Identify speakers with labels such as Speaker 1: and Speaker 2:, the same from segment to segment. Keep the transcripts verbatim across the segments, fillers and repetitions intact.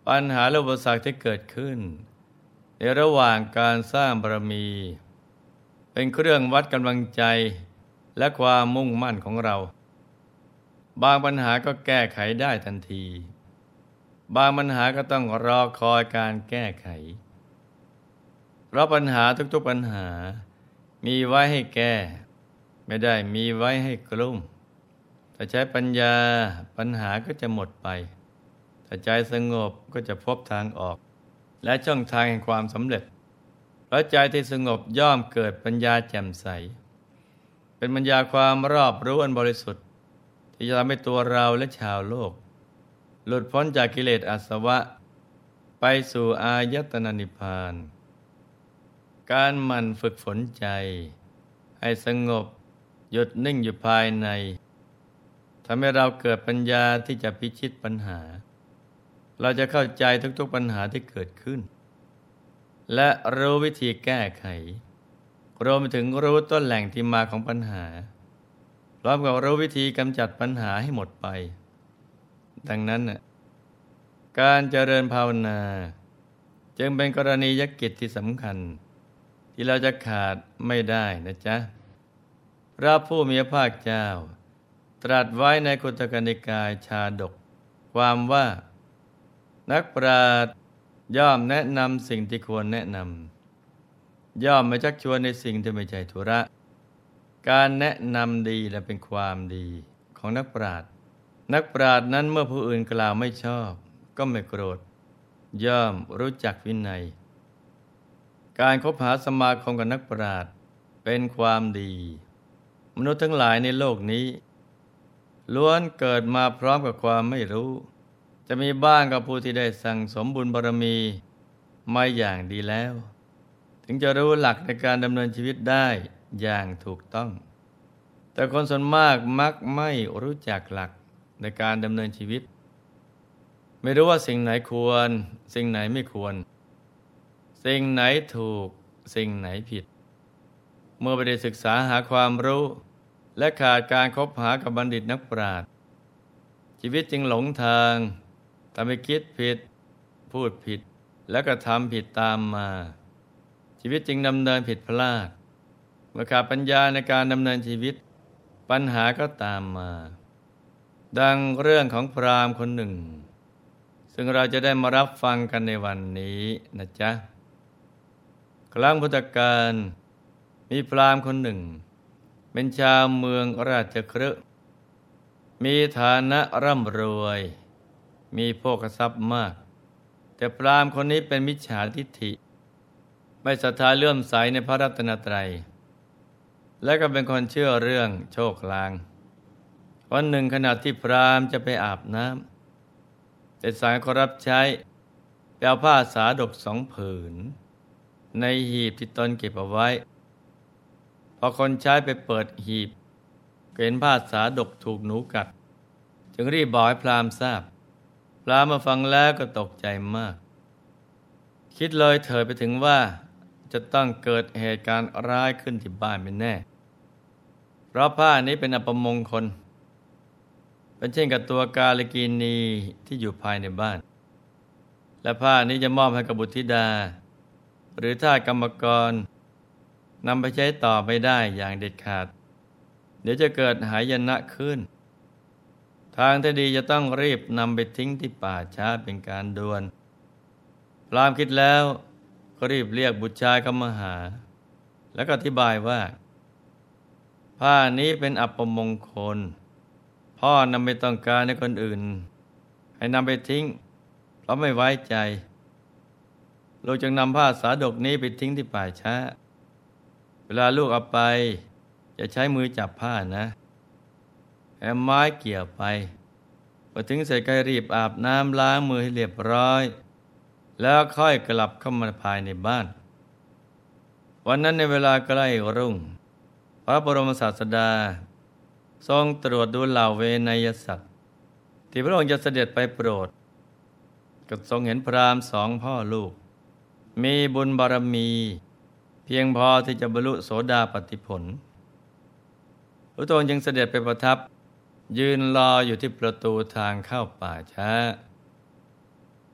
Speaker 1: ปัญหาและอุปสรรคที่เกิดขึ้นในระหว่างการสร้างบารมี เป็นเครื่องวัดกำลังใจและความมุ่งมั่นของเราบางปัญหาก็แก้ไขได้ทันทีบางปัญหาก็ต้องรอคอยการแก้ไขเพราะปัญหาทุกๆปัญหามีไว้ให้แก้ไม่ได้มีไว้ให้กลุ้มถ้าใช้ปัญญาปัญหาก็จะหมดไปถ้าใจสงบก็จะพบทางออกและช่องทางแห่งความสำเร็จเพราะใจที่สงบย่อมเกิดปัญญาแจ่มใสเป็นปัญญาความรอบรู้อันบริสุทธิ์ที่จะทำให้ตัวเราและชาวโลกหลุดพ้นจากกิเลสอาสวะไปสู่อายตนะนิพพานการหมั่นฝึกฝนใจให้สงบหยุดนิ่งอยู่ภายในทำให้เราเกิดปัญญาที่จะพิชิตปัญหาเราจะเข้าใจทุกๆปัญหาที่เกิดขึ้นและรู้วิธีแก้ไขรวมไปถึงรู้ต้นแหล่งที่มาของปัญหาพร้อมกับรู้วิธีกำจัดปัญหาให้หมดไปดังนั้นการเจริญภาวนาจึงเป็นกรณียกิจที่สำคัญที่เราจะขาดไม่ได้นะจ๊ะพระผู้มีพระภาคเจ้าตรัสไว้ในคุตกนิกายชาดกความว่านักปราชญ์ย่อมแนะนำสิ่งที่ควรแนะนำย่อมไม่ชักชวนในสิ่งที่ไม่ใช่ธุระการแนะนำดีและเป็นความดีของนักปราชญ์นักปราชญ์นั้นเมื่อผู้อื่นกล่าวไม่ชอบก็ไม่โกรธย่อมรู้จักวินัยการคบหาสมาคมกับนักปราชญ์เป็นความดีมนุษย์ทั้งหลายในโลกนี้ล้วนเกิดมาพร้อมกับความไม่รู้จะมีบ้างกับผู้ที่ได้สั่งสมบุญบารมีมาอย่างดีแล้วถึงจะรู้หลักในการดำเนินชีวิตได้อย่างถูกต้องแต่คนส่วนมากมักไม่รู้จักหลักในการดำเนินชีวิตไม่รู้ว่าสิ่งไหนควรสิ่งไหนไม่ควรสิ่งไหนถูกสิ่งไหนผิดเมื่อไม่ได้ศึกษาหาความรู้และขาดการคบหากับบัณฑิตนักปราชญ์ชีวิตจึงหลงทางทำให้คิดผิดพูดผิดแล้วก็ทำผิดตามมาชีวิตจึงดำเนินผิดพลาดเมื่อขาดปัญญาในการดำเนินชีวิตปัญหาก็ตามมาดังเรื่องของพราหมณ์คนหนึ่งซึ่งเราจะได้มารับฟังกันในวันนี้นะจ๊ะครั้งพุทธกาลมีพราหมณ์คนหนึ่งเป็นชาวเมืองราชคฤห์มีฐานะร่ำรวยมีโภคทรัพย์มากแต่พราหมณ์คนนี้เป็นมิจฉาทิฏฐิไม่ศรัทธาเลื่อมใสในพระรัตนตรัยและก็เป็นคนเชื่อเรื่องโชคลางวันหนึ่งขณะที่พราหมณ์จะไปอาบน้ำได้สั่งคนรับใช้ไปเอาผ้าสาดกสองผืนในหีบที่ตนเก็บเอาไว้พอคนใช้ไปเปิดหีบเห็นผ้าสาดกถูกหนูกัดจึงรีบบอกให้พราหมณ์ทราบพราหมณ์มาฟังแล้วก็ตกใจมากคิดเลยเถิดไปถึงว่าจะต้องเกิดเหตุการณ์ร้ายขึ้นที่บ้านเป็นแน่เพราะผ้านี้เป็นอัปมงคลเป็นเช่นกับตัวกาลกิณีที่อยู่ภายในบ้านและผ้านี้จะมอบให้กับบุตรธิดาหรือถ้ากรรมกรนำไปใช้ต่อไม่ได้อย่างเด็ดขาดเดี๋ยวจะเกิดหายนะขึ้นทางที่ดีจะต้องรีบนำไปทิ้งที่ป่าช้าเป็นการด่วนพราหมณ์คิดแล้วก็รีบเรียกบุตรชายเข้ามาหาแล้วก็อธิบายว่าผ้านี้เป็นอัปมงคลพ่อนำไปต้องการให้คนอื่นให้นำไปทิ้งเพราะไม่ไว้ใจลูกจึงนำผ้าสาดกนี้ไปทิ้งที่ป่าช้าเวลาลูกเอาไปจะใช้มือจับผ้านะแอมไม้เกี่ยวไปพอถึงเสร็จก็รีบอาบน้ำล้างมือให้เรียบร้อยแล้วค่อยกลับเข้ามาภายในบ้านวันนั้นในเวลาใกล้รุ่งพระบรมศาสดาทรงตรวจดูเหล่าเวนยสัตว์ที่พระองค์จะเสด็จไปโปรดก็ทรงเห็นพราหมณ์สองพ่อลูกมีบุญบารมีเพียงพอที่จะบรรลุโสดาปัตติผลพระองค์จึงเสด็จไปประทับยืนรออยู่ที่ประตูทางเข้าป่าช้า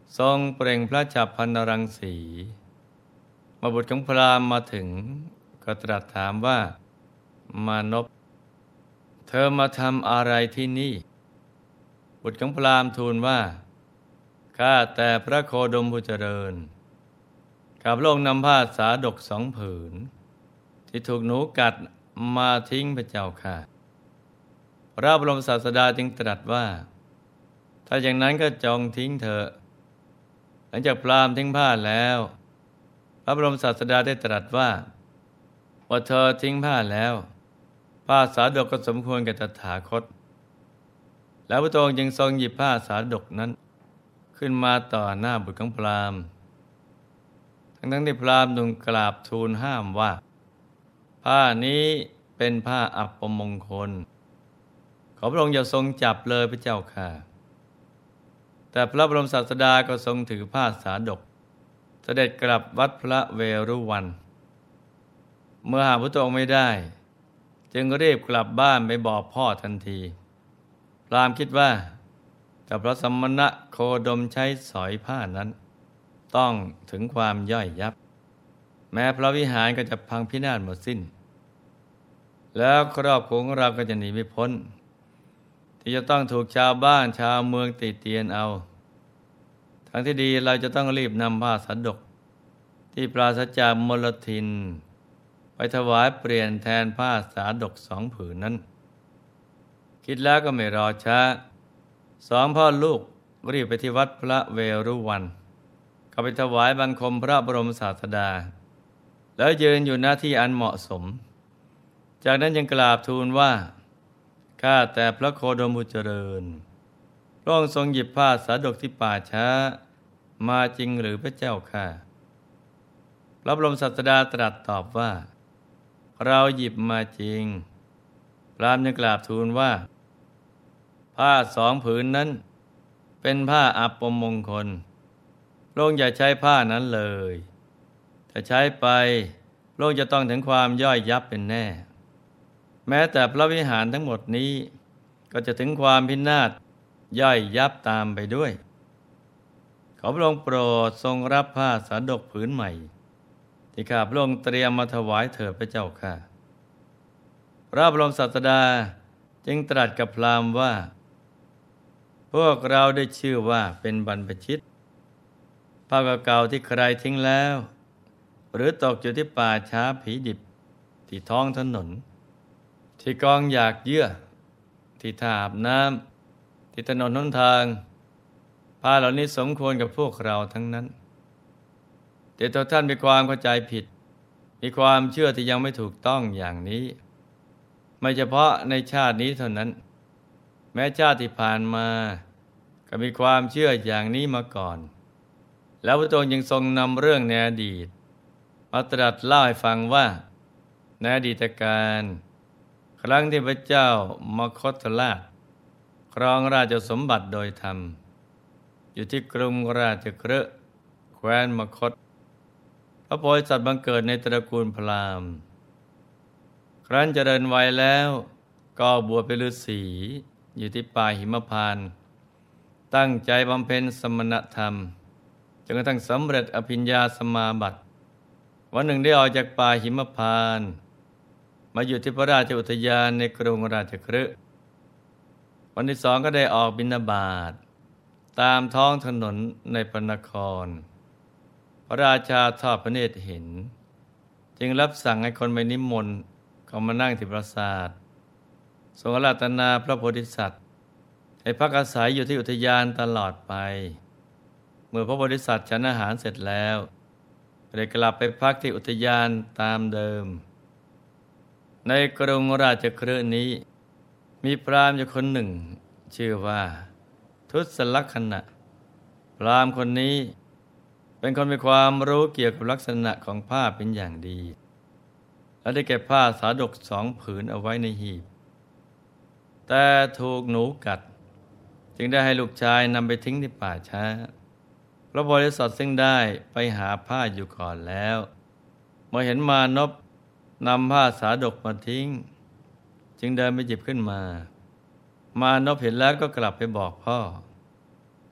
Speaker 1: ทรงเปล่งพระฉับพรรณรังสีเมื่อบุตรของพราหมณ์มาถึงก็ตรัสถามว่ามานพเธอมาทำอะไรที่นี่บุตรของพราหมณ์ทูลว่าข้าแต่พระโคดมผู้เจริญข้าพระองค์นำผ้าสาดกสองผืนที่ถูกหนูกัดมาทิ้งพระเจ้าค่ะพระบรมศาสดาจึงตรัสว่าถ้าอย่างนั้นก็จงทิ้งเถอะหลังจากพราหมณ์ทิ้งผ้าแล้วพระบรมศาสดาได้ตรัสว่าว่าเธอทิ้งผ้าแล้วผ้าสาดกก็สมควรแก่ตถาคตแล้วพระองค์จึงทรงหยิบผ้าสาดกนั้นขึ้นมาต่อหน้าบุตรของพราหมณ์ทั้งทั้งที่พราหมณ์ทูลกราบทูลห้ามว่าผ้านี้เป็นผ้าอัปมงคลขอพระองค์อย่าทรงจับเลยพระเจ้าค่ะแต่พระบรมศาสดาก็ทรงถือผ้าสาดกเสด็จกลับวัดพระเวรุวันเมื่อหาพระองค์ไม่ได้จึงรีบกลับบ้านไปบอกพ่อทันทีพราหมณ์คิดว่าแต่พระสมณะโคดมใช้สอยผ้านั้นต้องถึงความย่อยยับแม้พระวิหารก็จะพังพินาศหมดสิ้นแล้วครอบครัวของเราก็จะหนีไม่พ้นที่จะต้องถูกชาวบ้านชาวเมืองติเตียนเอาทางที่ดีเราจะต้องรีบนำผ้าสาดกที่ปราศจากมลทินไปถวายเปลี่ยนแทนผ้าสาดกสองผืนนั้นคิดแล้วก็ไม่รอช้าสองพ่อลูกรีบไปที่วัดพระเวรุวันเข้าไปถวายบังคมพระบรมศาสดาแล้วยืนอยู่หน้าที่อันเหมาะสมจากนั้นยังกราบทูลว่าข้าแต่พระโคดมผู้เจริญพระองค์ทรงหยิบผ้าสาดกที่ป่าช้ามาจริงหรือพระเจ้าค่ะพระบรมศาสดาตรัสตอบว่าเราหยิบมาจริงพราหมณ์ยังกราบทูลว่าผ้าสองผืนนั้นเป็นผ้าอัปมงคลพระองค์อย่าใช้ผ้านั้นเลยถ้าใช้ไปพระองค์จะต้องถึงความย่อยยับเป็นแน่แม้แต่พระวิหารทั้งหมดนี้ก็จะถึงความพินาศย่อยยับตามไปด้วยขอพระองค์โปรดทรงรับผ้าสาดกผืนใหม่ที่ข้าพระองค์เตรียมมาถวายเถิดพระเจ้าค่ะพระบรมศาสดาจึงตรัสกับพราหมณ์ว่าพวกเราได้ชื่อว่าเป็นบรรพชิตผ้าเก่าๆที่ใครทิ้งแล้วหรือตกอยู่ที่ป่าช้าผีดิบที่ท้องถนนที่กองหยากเยื่อที่ท่าอาบน้ำที่ถนนหนทางผ้าเหล่านี้สมควรกับพวกเราทั้งนั้นแต่ตัวท่านมีความเข้าใจผิดมีความเชื่อที่ยังไม่ถูกต้องอย่างนี้ไม่เฉพาะในชาตินี้เท่านั้นแม้ชาติที่ผ่านมาก็มีความเชื่ออย่างนี้มาก่อนแล้วพระองค์ยังทรงนำเรื่องในอดีตมาตรัสเล่าให้ฟังว่าในอดีตการครั้งที่พระเจ้ามคธราชครองราชสมบัติโดยธรรมอยู่ที่กรุงราชคฤห์แคว้นมคธพระโพธิสัตว์บังเกิดในตระกูลพราหมณ์ครั้นเจริญวัยแล้วก็บวชเป็นฤาษีอยู่ที่ป่าหิมพานต์ตั้งใจบำเพ็ญสมณธรรมจนกระทั่งสำเร็จอภิญญาสมาบัติวันหนึ่งได้ออกจากป่าหิมพานต์มาอยู่ที่พระราชอุทยานในกรุงราชคฤห์วันที่สองก็ได้ออกบิณฑบาตตามท้องถนนในพระนครพระราชาทอดพระเนตรเห็นจึงรับสั่งให้คนไปนิมนต์เข้ามานั่งที่ปราสาททรงอาราธนาพระโพธิสัตว์ให้พักอาศัยอยู่ที่อุทยานตลอดไปเมื่อพระโพธิสัตว์ฉันอาหารเสร็จแล้วได้กลับไปพักที่อุทยานตามเดิมในกรุงราชคฤห์นี้มีพราหมณ์อยู่คนหนึ่งชื่อว่าทุสลักขณะพราหมณ์คนนี้เป็นคนมีความรู้เกี่ยวกับลักษณะของผ้าเป็นอย่างดีและได้เก็บผ้าสาดกสองผืนเอาไว้ในหีบแต่ถูกหนูกัดจึงได้ให้ลูกชายนำไปทิ้งที่ป่าช้าพระโพธิสัตว์ซึ่งได้ไปหาผ้าอยู่ก่อนแล้วเมื่อเห็นมานพนำผ้าสาดกมาทิ้งจึงเดินไปหยิบขึ้นมามานพเห็นแล้วก็กลับไปบอกพ่อพ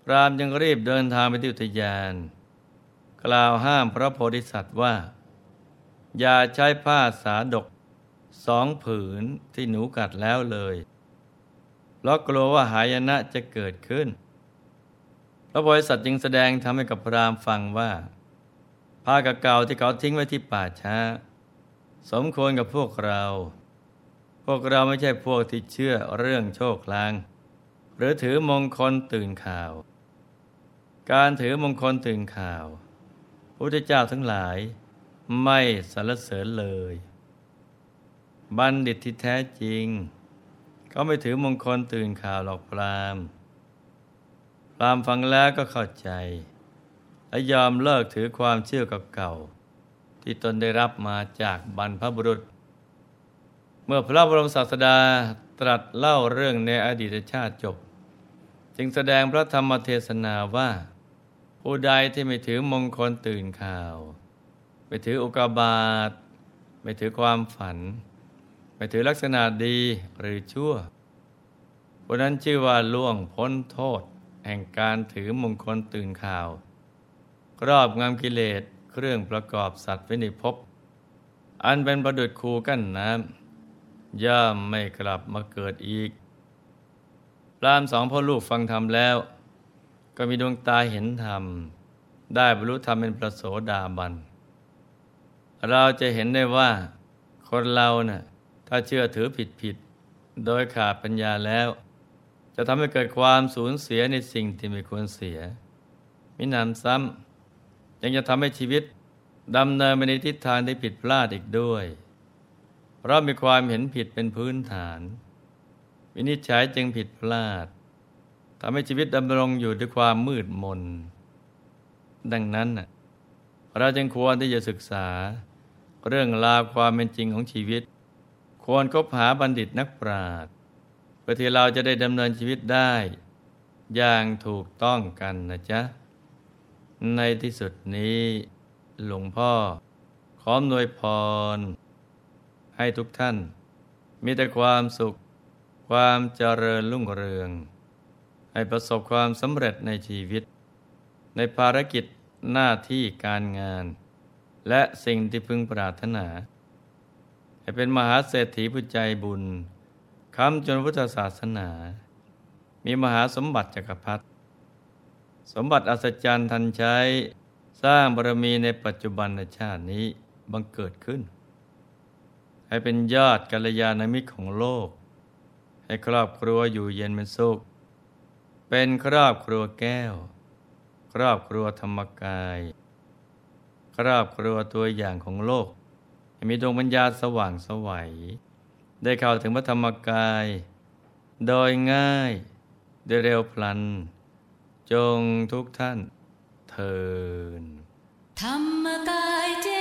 Speaker 1: พราหมณ์จึงรีบเดินทางไปที่อุทยานกล่าวห้ามพระโพธิสัตว์ว่าอย่าใช้ผ้าสาดกสองผืนที่หนูกัดแล้วเลยเพราะกลัวว่าหายนะจะเกิดขึ้นพระโพธิสัตว์จึงแสดงทำให้กับพราหมณ์ฟังว่าผ้าเก่าๆที่เขาทิ้งไว้ที่ป่าช้าสมควรกับพวกเราพวกเราไม่ใช่พวกที่เชื่อเรื่องโชคลางหรือถือมงคลตื่นข่าวการถือมงคลตื่นข่าวพระพุทธเจ้าทั้งหลายไม่สรรเสริญเลยบัณฑิตที่แท้จริงเขาไม่ถือมงคลตื่นข่าวหรอกพราหมณ์พราหมณ์ฟังแล้วก็เข้าใจและยอมเลิกถือความเชื่อเก่าๆที่ตนได้รับมาจากบรรพบุรุษเมื่อพระบรมศาสดาตรัสเล่าเรื่องในอดีตชาติจบจึงแสดงพระธรรมเทศนาว่าผู้ใดที่ไม่ถือมงคลตื่นข่าวไม่ถืออุกาบาตไม่ถือความฝันไม่ถือลักษณะดีหรือชั่วผู้นั้นชื่อว่าล่วงพ้นโทษแห่งการถือมงคลตื่นข่าวครอบงำกิเลสเครื่องประกอบสัตว์ไว้ในภพอันเป็นประดุจคูกั้นน้ำย่อมไม่กลับมาเกิดอีกพราหมณ์สองพ่อลูกฟังธรรมแล้วก็มีดวงตาเห็นธรรมได้บรรลุธรรมเป็นพระโสดาบันเราจะเห็นได้ว่าคนเราน่ะถ้าเชื่อถือผิดผิดโดยขาดปัญญาแล้วจะทำให้เกิดความสูญเสียในสิ่งที่ไม่ควรเสียมิหนำซ้ำยังจะทำให้ชีวิตดำเนินไปในทิศทางที่ผิดพลาดอีกด้วยเพราะมีความเห็นผิดเป็นพื้นฐานวินิจฉัยจึงผิดพลาดทำให้ชีวิตดำรงอยู่ด้วยความมืดมนดังนั้นน่ะเราจึงควรที่จะศึกษาเรื่องราวความเป็นจริงของชีวิตควรคบหาบัณฑิตนักปราชญ์เพื่อที่เราจะได้ดำเนินชีวิตได้อย่างถูกต้องกันนะจ๊ะในที่สุดนี้หลวงพ่อขออำนวยพรให้ทุกท่านมีแต่ความสุขความเจริญรุ่งเรืองให้ประสบความสำเร็จในชีวิตในภารกิจหน้าที่การงานและสิ่งที่พึงปรารถนาให้เป็นมหาเศรษฐีผู้ใจบุญค้ำจุนพุทธศาสนามีมหาสมบัติจักรพรรดิสมบัติอัศจรรย์ทันใช้สร้างบารมีในปัจจุบันชาตินี้บังเกิดขึ้นให้เป็นยอดกัลยาณมิตรของโลกให้ครอบครัวอยู่เย็นเป็นสุขเป็นครอบครัวแก้วครอบครัวธรรมกายครอบครัวตัวอย่างของโลกให้มีดวงปัญญาสว่างไสวได้เข้าถึงพระธรรมกายโดยง่ายโดยเร็วพลันจงทุกท่านเทอญ
Speaker 2: ธรรมกายเจ